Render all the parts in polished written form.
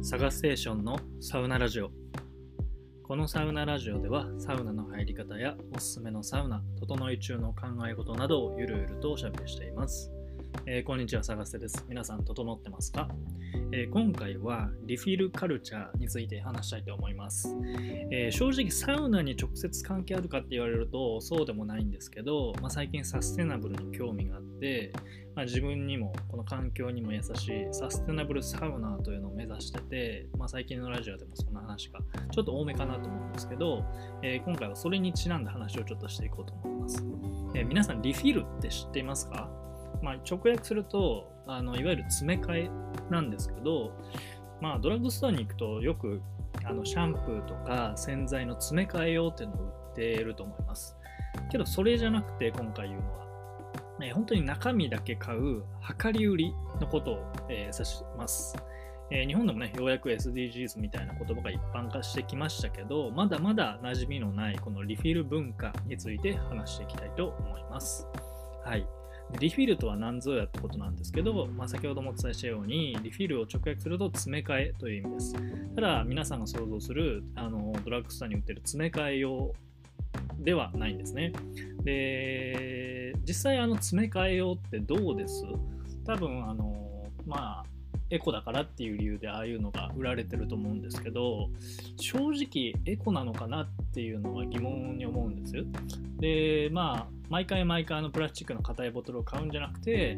サガステーションのサウナラジオ。このサウナラジオではサウナの入り方やおすすめのサウナ、整い中の考え事などをゆるゆるとおしゃべりしています。こんにちは、サガステです。皆さん整ってますか？今回はリフィルカルチャーについて話したいと思います。正直サウナに直接関係あるかって言われるとそうでもないんですけど、最近サステナブルに興味があって、自分にもこの環境にも優しいサステナブルサウナーというのを目指してて、最近のラジオでもそんな話がちょっと多めかなと思うんですけど、今回はそれにちなんだ話をちょっとしていこうと思います。皆さんリフィルって知っていますか？直訳するといわゆる詰め替えなんですけど、ドラッグストアに行くとよくシャンプーとか洗剤の詰め替え用っていうのを売っていると思います。けどそれじゃなくて今回言うのは、本当に中身だけ買う量り売りのことを、指します。日本でもね、ようやく SDGs みたいな言葉が一般化してきましたけど、まだまだ馴染みのないこのリフィル文化について話していきたいと思います。はい。リフィルとは何ぞやってことなんですけど、先ほどもお伝えしたようにリフィルを直訳すると詰め替えという意味です。ただ皆さんが想像するドラッグストアに売ってる詰め替え用ではないんですね。で、実際詰め替え用ってどうです？多分エコだからっていう理由でああいうのが売られてると思うんですけど、正直エコなのかなっていうのは疑問に思うんです。で、毎回プラスチックの硬いボトルを買うんじゃなくて、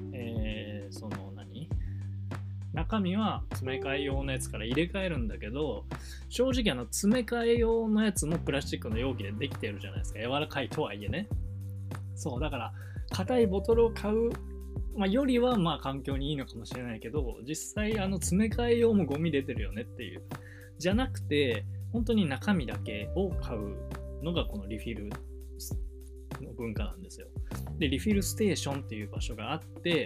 中身は詰め替え用のやつから入れ替えるんだけど、正直詰め替え用のやつもプラスチックの容器でできてるじゃないですか。柔らかいとはいえね。そうだから硬いボトルを買うよりは環境にいいのかもしれないけど、実際詰め替え用もゴミ出てるよねっていう。じゃなくて本当に中身だけを買うのがこのリフィルの文化なんですよ。で、リフィルステーションっていう場所があって、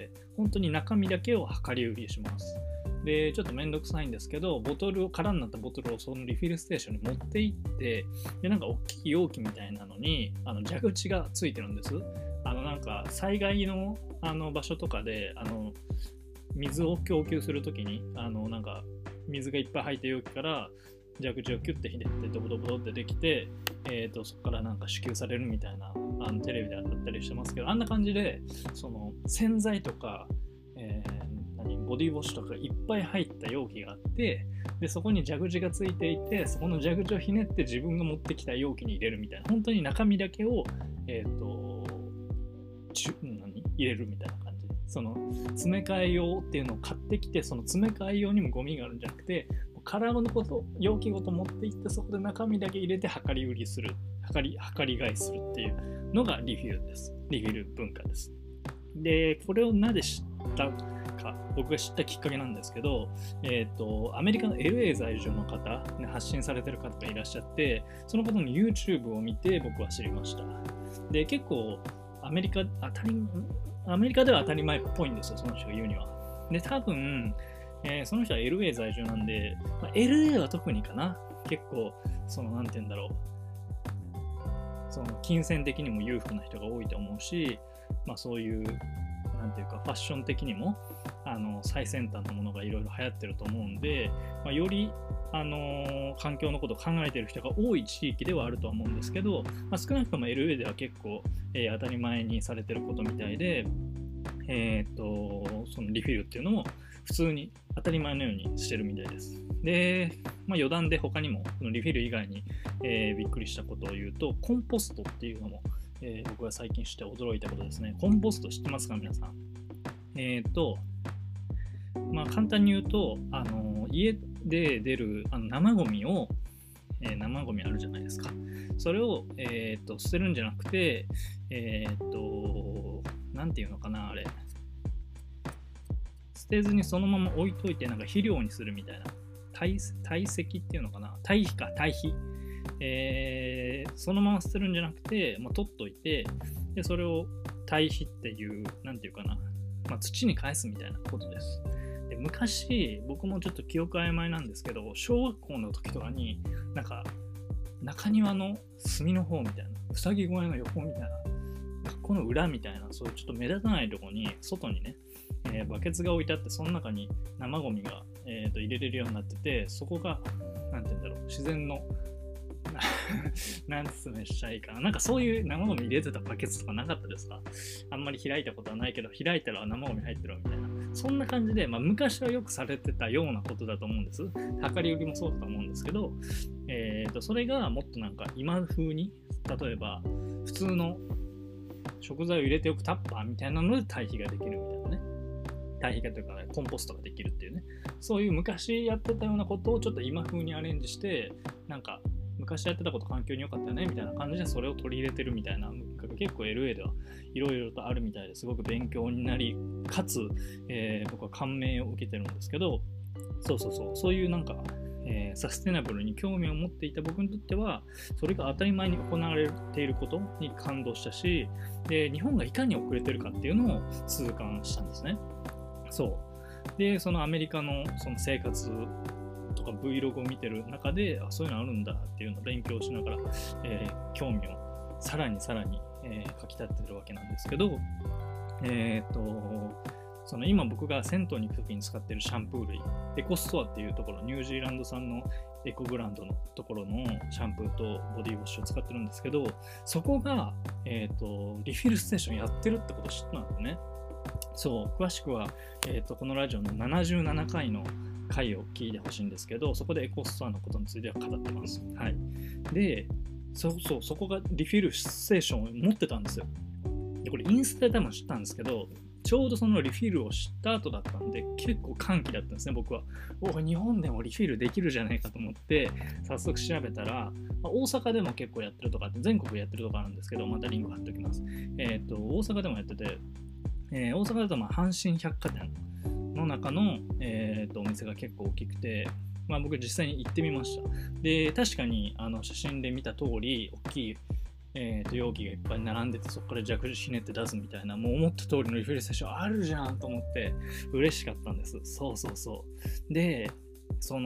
本当に中身だけを量り売りします。で、ちょっとめんどくさいんですけど、空になったボトルをそのリフィルステーションに持って行って、で、大きい容器みたいなのに蛇口がついてるんです。災害の場所とかで水を供給するときに水がいっぱい入った容器から蛇口をキュッてひねってドボドボドってできて、そこから支給されるみたいなテレビであったりしてますけど、あんな感じでその洗剤とか、ボディウォッシュとかいっぱい入った容器があって、でそこに蛇口がついていて、そこの蛇口をひねって自分が持ってきた容器に入れるみたいな、本当に中身だけを入れるみたいな感じ。その詰め替え用っていうのを買ってきて、その詰め替え用にもゴミがあるんじゃなくて、空のこと容器ごと持っていって、そこで中身だけ入れて量り売りする、量り買いするっていうのがリフィルです。リフィル文化です。で、これをなぜ知ったか、僕が知ったきっかけなんですけど、アメリカの LA 在住の方、発信されてる方がいらっしゃって、その方の YouTube を見て僕は知りました。で、結構アメリカでは当たり前っぽいんですよ、その人が言うには。で、多分、その人は LA 在住なんで、LA は特にかな。結構、なんて言うんだろう。金銭的にも裕福な人が多いと思うし、そういう、なんていうか、ファッション的にも、最先端のものがいろいろ流行ってると思うんで、より、環境のことを考えている人が多い地域ではあるとは思うんですけど、少なくとも LA では結構、当たり前にされてることみたいで、そのリフィルっていうのも普通に当たり前のようにしてるみたいです。で、余談で他にもこのリフィル以外に、びっくりしたことを言うと、コンポストっていうのも、僕が最近知って驚いたことですね。コンポスト知ってますか皆さん？簡単に言うと家で出る生ゴミを、生ゴミあるじゃないですか。それを、捨てるんじゃなくて、なんていうのかな、あれ。捨てずにそのまま置いといて、肥料にするみたいな。堆積っていうのかな。堆肥。そのまま捨てるんじゃなくて、取っといて、でそれを堆肥っていう、なんていうかな。土に返すみたいなことです。で、昔、僕もちょっと記憶曖昧なんですけど、小学校の時とかに、中庭の隅の方みたいな、うさぎ小屋の横みたいな、 この裏みたいな、そういうちょっと目立たないところに、外にね、バケツが置いてあって、その中に生ゴミが、入れれるようになってて、そこが、なんて言うんだろう、自然の、なんて説明しちゃいいかな。なんかそういう生ゴミ入れてたバケツとかなかったですか？あんまり開いたことはないけど、開いたら生ゴミ入ってるみたいな。そんな感じで、昔はよくされてたようなことだと思うんです。量り売りもそうだと思うんですけど、それがもっとなんか今風に、例えば普通の食材を入れておくタッパーみたいなので堆肥ができるみたいなね。堆肥がというか、ね、コンポストができるっていうね。そういう昔やってたようなことをちょっと今風にアレンジして、なんか昔やってたこと環境に良かったよねみたいな感じでそれを取り入れてるみたいな、結構 LA ではいろいろとあるみたいですごく勉強になり、かつ、僕は感銘を受けてるんですけど、そういうなんか、サステナブルに興味を持っていた僕にとっては、それが当たり前に行われていることに感動したし、で日本がいかに遅れてるかっていうのを痛感したんですね。でそのアメリカのその生活とか Vlog を見てる中で、そういうのあるんだっていうのを勉強しながら、興味をさらに、かき立ってるわけなんですけど、その今僕が銭湯に行くときに使ってるシャンプー類、エコストアっていうところ、ニュージーランド産のエコブランドのところのシャンプーとボディウォッシュを使ってるんですけど、そこが、リフィルステーションやってるってことを知ったんですね。詳しくは、このラジオの77回の回を聞いてほしいんですけど、そこでエコストアのことについては語ってます。はい。で、そこがリフィルステーションを持ってたんですよ。で、これインスタで多分知ったんですけど、ちょうどそのリフィルを知った後だったんで、結構歓喜だったんですね、僕は。日本でもリフィルできるじゃないかと思って、早速調べたら、大阪でも結構やってるとかって、全国でやってるとかあるんですけど、またリンク貼っておきます。大阪でもやってて、大阪だと阪神百貨店の中の、お店が結構大きくて、僕実際に行ってみました。で、確かに写真で見た通り、大きい容器がいっぱい並んでて、そこから蛇口ひねって出すみたいな、もう思った通りのリフィルステーションあるじゃんと思って嬉しかったんです。で、そ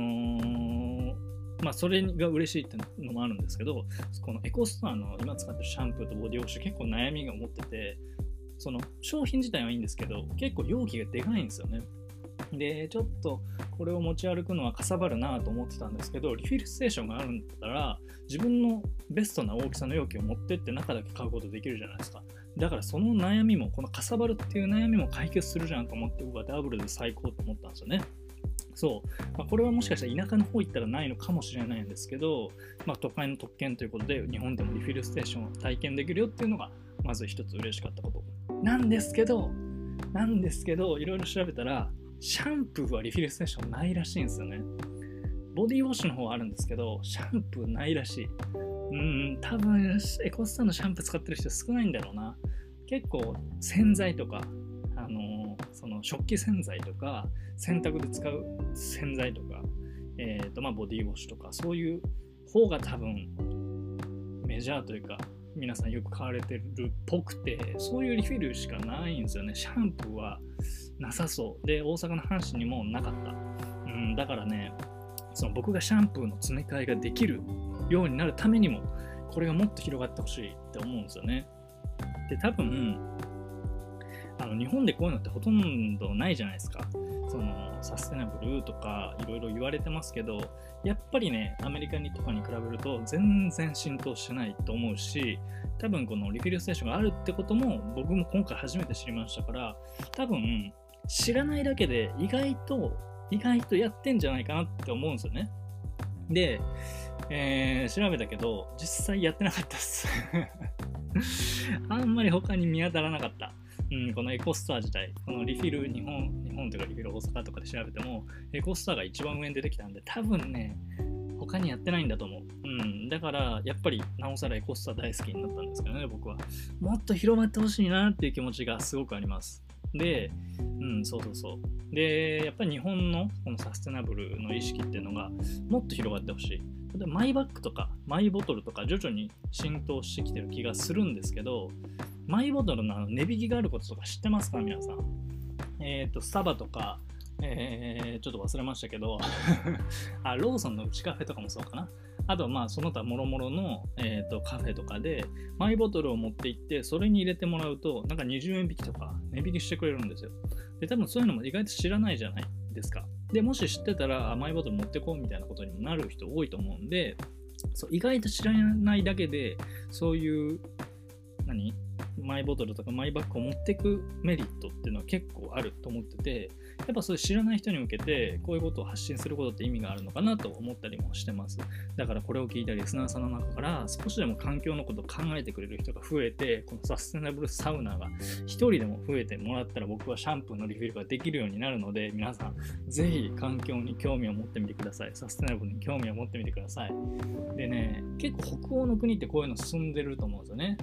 れが嬉しいってのもあるんですけど、このエコストアの今使ってるシャンプーとボディウォッシュ結構悩みが持ってて、その商品自体はいいんですけど、結構容器がでかいんですよね。で、ちょっとこれを持ち歩くのはかさばるなと思ってたんですけど、リフィルステーションがあるんだったら、自分のベストな大きさの容器を持ってって中だけ買うことできるじゃないですか。だからその悩みも、このかさばるっていう悩みも解決するじゃんと思って、僕はダブルで最高と思ったんですよね。これはもしかしたら田舎の方行ったらないのかもしれないんですけど、都会の特権ということで、日本でもリフィルステーションを体験できるよっていうのが、まず一つ嬉しかったことなんですけど、いろいろ調べたら、シャンプーはリフィルステーションないらしいんですよね。ボディウォッシュの方はあるんですけど、シャンプーないらしい。多分エコスタのシャンプー使ってる人少ないんだろうな。結構洗剤とか、その食器洗剤とか、洗濯で使う洗剤とか、ボディウォッシュとか、そういう方が多分メジャーというか、皆さんよく買われてるっぽくて、そういうリフィルしかないんですよね。シャンプーはなさそうで、大阪の阪神にもなかった。だからね、その僕がシャンプーの詰め替えができるようになるためにも、これがもっと広がってほしいって思うんですよね。で、多分日本でこういうのってほとんどないじゃないですか。そのサステナブルとかいろいろ言われてますけど、やっぱりね、アメリカとかに比べると全然浸透してないと思うし、多分このリフィルステーションがあるってことも僕も今回初めて知りましたから、多分知らないだけで意外とやってんじゃないかなって思うんですよね。で、調べたけど実際やってなかったですあんまり他に見当たらなかった。このエコストア自体、このリフィル日本というかリフィル大阪とかで調べてもエコストアが一番上に出てきたんで、多分ね他にやってないんだと思う。だからやっぱりなおさらエコストア大好きになったんですけどね、僕は。もっと広まってほしいなっていう気持ちがすごくあります。で、で、やっぱり日本のこのサステナブルの意識っていうのがもっと広がってほしい。例えばマイバッグとかマイボトルとか徐々に浸透してきてる気がするんですけど、マイボトルの値引きがあることとか知ってますか皆さん。スタバとか、ちょっと忘れましたけどローソンのうちカフェとかもそうかな。 あとはまあその他もろもろの、カフェとかでマイボトルを持って行ってそれに入れてもらうとなんか20円引きとか値引きしてくれるんですよ。で多分そういうのも意外と知らないじゃないですか。でもし知ってたらマイボトル持ってこうみたいなことにもなる人多いと思うんで、そう意外と知らないだけでそういうマイボトルとかマイバッグを持っていくメリットっていうのは結構あると思ってて、やっぱそういう知らない人に向けてこういうことを発信することって意味があるのかなと思ったりもしてます。だからこれを聞いたリスナーさんの中から少しでも環境のことを考えてくれる人が増えて、このサステナブルサウナが一人でも増えてもらったら僕はシャンプーのリフィルができるようになるので、皆さんぜひ環境に興味を持ってみてください。サステナブルに興味を持ってみてください。でね、結構北欧の国ってこういうの進んでると思うんですよね。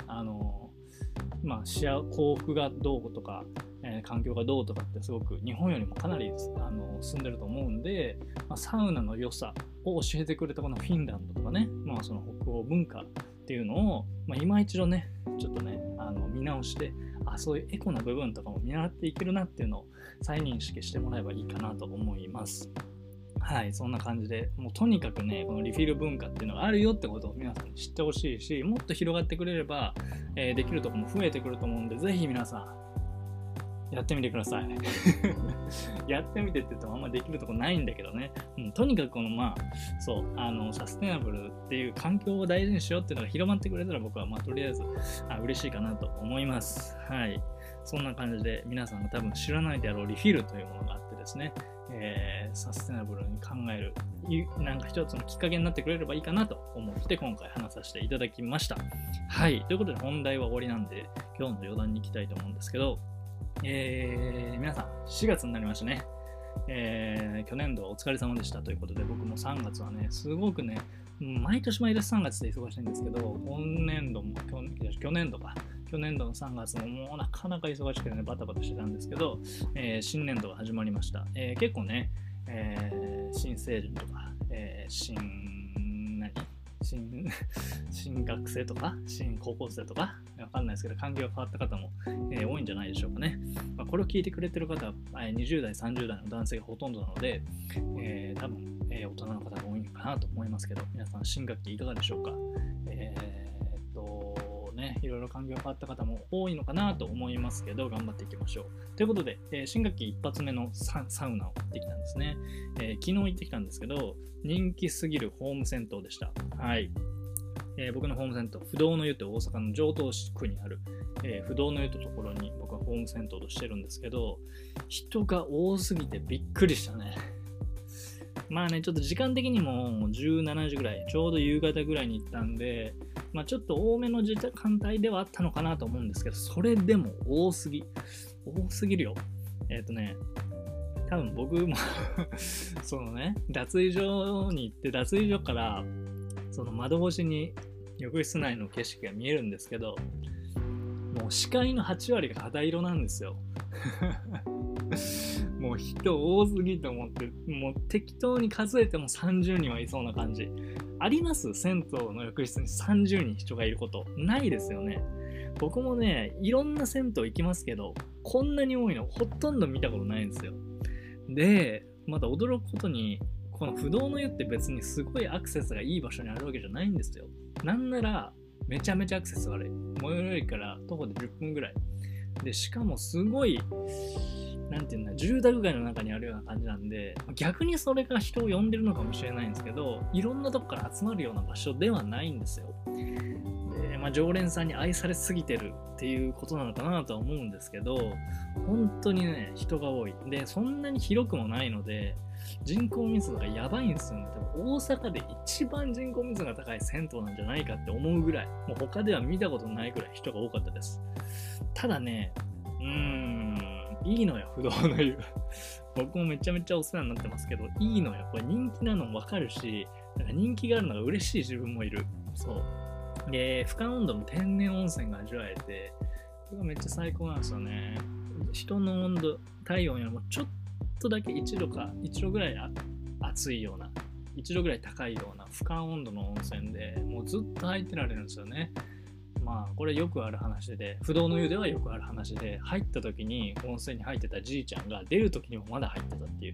幸福がどうとか、環境がどうとかってすごく日本よりもかなり進んでると思うんで、サウナの良さを教えてくれたこのフィンランドとかね、その北欧文化っていうのを、今一度ねちょっとね見直して、そういうエコな部分とかも見習っていけるなっていうのを再認識してもらえばいいかなと思います。はい、そんな感じで、もうとにかくね、このリフィル文化っていうのがあるよってことを皆さんに知ってほしいし、もっと広がってくれれば、できるところも増えてくると思うんで、ぜひ皆さん、やってみてください。やってみてって言ってもあんまできるとこないんだけどね。とにかくこのサステナブルっていう環境を大事にしようっていうのが広まってくれたら僕はとりあえず嬉しいかなと思います。はい。そんな感じで皆さんが多分知らないであろうリフィルというものがあってですね、サステナブルに考えるなんか一つのきっかけになってくれればいいかなと思って今回話させていただきました。はい。ということで本題は終わりなんで今日の余談に行きたいと思うんですけど、皆さん4月になりましたね。去年度はお疲れ様でしたということで、僕も3月はねすごくね毎年3月で忙しいんですけど、今年度も去年度の3月ももうなかなか忙しくてねバタバタしてたんですけど、新年度が始まりました。結構ね、新成人とか、新学生とか新高校生とかわかんないですけど環境が変わった方も、多いんじゃないでしょうかね。これを聞いてくれてる方は、20代30代の男性がほとんどなので、多分、大人の方が多いのかなと思いますけど、皆さん新学期いかがでしょうか。いろいろ環境が変わった方も多いのかなと思いますけど、頑張っていきましょう。ということで、新学期一発目のサウナを行ってきたんですね。昨日行ってきたんですけど、人気すぎるホーム銭湯でした。はい。僕のホーム銭湯、不動の湯って大阪の城東区にある、不動の湯というところに僕はホーム銭湯としてるんですけど、人が多すぎてびっくりしたね。ちょっと時間的にも17時ぐらい、ちょうど夕方ぐらいに行ったんで、ちょっと多めの時間帯ではあったのかなと思うんですけど、それでも多すぎるよ。多分僕も脱衣所に行って、脱衣所からその窓越しに浴室内の景色が見えるんですけど、もう視界の8割が肌色なんですよ。もう人多すぎと思って、もう適当に数えても30人はいそうな感じ。あります？銭湯の浴室に30人人がいることないですよね。僕もね、いろんな銭湯行きますけど、こんなに多いのほとんど見たことないんですよ。で、また驚くことに、この不動の湯って別にすごいアクセスがいい場所にあるわけじゃないんですよ。なんならめちゃめちゃアクセス悪い。最寄りから徒歩で10分ぐらいで、しかもすごい住宅街の中にあるような感じなんで、逆にそれが人を呼んでるのかもしれないんですけど、いろんなとこから集まるような場所ではないんですよ。で、常連さんに愛されすぎてるっていうことなのかなとは思うんですけど、本当にね人が多い。で、そんなに広くもないので人口密度がやばいんですよね。多分大阪で一番人口密度が高い銭湯なんじゃないかって思うぐらい、もう他では見たことないぐらい人が多かったです。ただね、いいのよ、不動の湯。僕もめちゃめちゃお世話になってますけど、いいのよ。これ人気なのもわかるし、人気があるのが嬉しい自分もいる。そう。で、不感温度の天然温泉が味わえて、これがめっちゃ最高なんですよね。人の温度、体温よりもちょっとだけ1度ぐらい暑いような、1度ぐらい高いような不感温度の温泉で、もうずっと入ってられるんですよね。 まあこれよくある話で、不動の湯ではよくある話で、入った時に温泉に入ってたじいちゃんが出る時にもまだ入ってたっていう。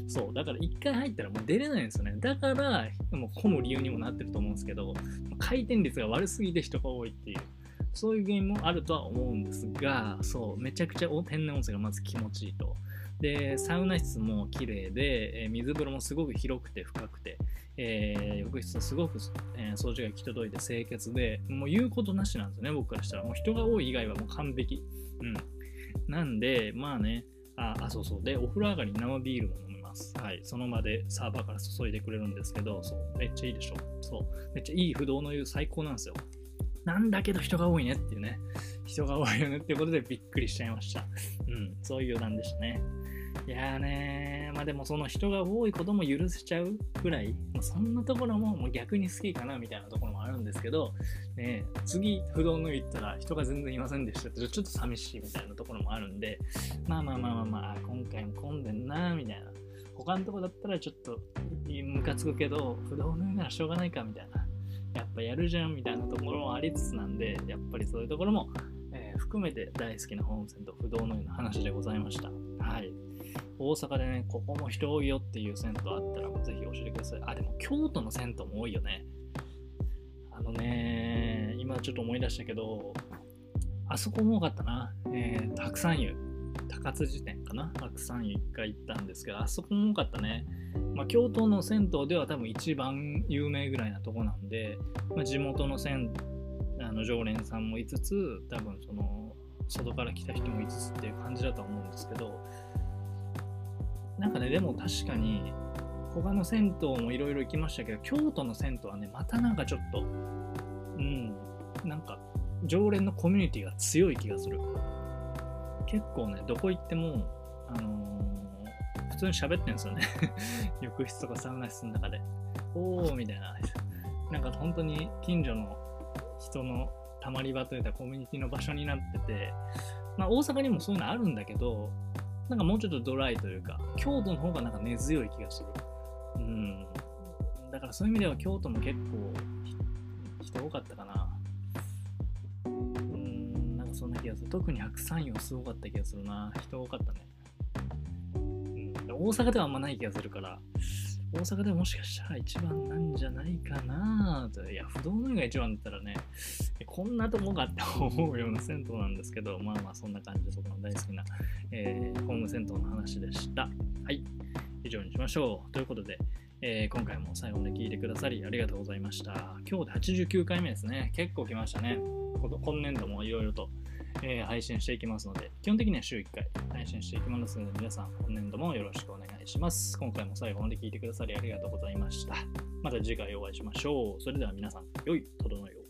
そうだから一回入ったらもう出れないんですよね。だからもう混む理由にもなってると思うんですけど、回転率が悪すぎて人が多いっていう、そういう原因もあるとは思うんですが、そうめちゃくちゃ天然温泉がまず気持ちいいと。でサウナ室も綺麗で、水風呂もすごく広くて深くて、浴室はすごく、掃除が行き届いて清潔で、もう言うことなしなんですよね、僕からしたら。もう人が多い以外はもう完璧。なんで、まあね、そうそう。で、お風呂上がりに生ビールも飲みます。はい。その場でサーバーから注いでくれるんですけど、そう。めっちゃいいでしょ。そう。めっちゃいい不動の湯最高なんですよ。なんだけど人が多いねっていうね。人が多いよねっていうことでびっくりしちゃいました。そういう余談でしたね。いやーねー、まあでもその人が多いことも許せちゃうくらい、そんなところも逆に好きかなみたいなところもあるんですけど、ね、次不動の湯行ったら人が全然いませんでしたってちょっと寂しいみたいなところもあるんで、まあ今回も混んでんなーみたいな。他のとこだったらちょっとムカつくけど、不動の湯ならしょうがないかみたいな。やっぱやるじゃんみたいなところもありつつなんで、やっぱりそういうところも、含めて大好きな温泉と不動の湯の話でございました。はい。大阪でね、ここも人多いよっていう銭湯あったらぜひ教えてください。でも京都の銭湯も多いよね。今ちょっと思い出したけど、あそこも多かったな。白山湯。高津店かな。白山湯一回行ったんですけど、あそこも多かったね。京都の銭湯では多分一番有名ぐらいなとこなんで、地元の常連さんもいつつ、多分その外から来た人もいつつっていう感じだと思うんですけど、なんかね、でも確かに他の銭湯もいろいろ行きましたけど、京都の銭湯はね、またなんかちょっとなんか常連のコミュニティが強い気がする。結構ね、どこ行っても普通に喋ってんですよね。浴室とかサウナ室の中でおーみたいな、なんか本当に近所の人のたまり場というかコミュニティの場所になってて、大阪にもそういうのあるんだけど、なんかもうちょっとドライというか、京都の方がなんか根強い気がする。だからそういう意味では京都も結構人多かったかな。なんかそんな気がする。特に白山湯はすごかった気がするな。人多かったね。大阪ではあんまない気がするから、大阪でもしかしたら一番なんじゃないかなと。いや、不動の湯が一番だったらね、こんなとこがって思うような銭湯なんですけど、そんな感じで僕の大好きな、ホーム銭湯の話でした。はい、以上にしましょう。ということで、今回も最後まで聞いてくださりありがとうございました。今日で89回目ですね。結構来ましたね。今年度もいろいろと、配信していきますので、基本的には週1回配信していきますので、皆さん今年度もよろしくお願いします。今回も最後まで聞いてくださりありがとうございました。また次回お会いしましょう。それでは皆さん、良い整いを。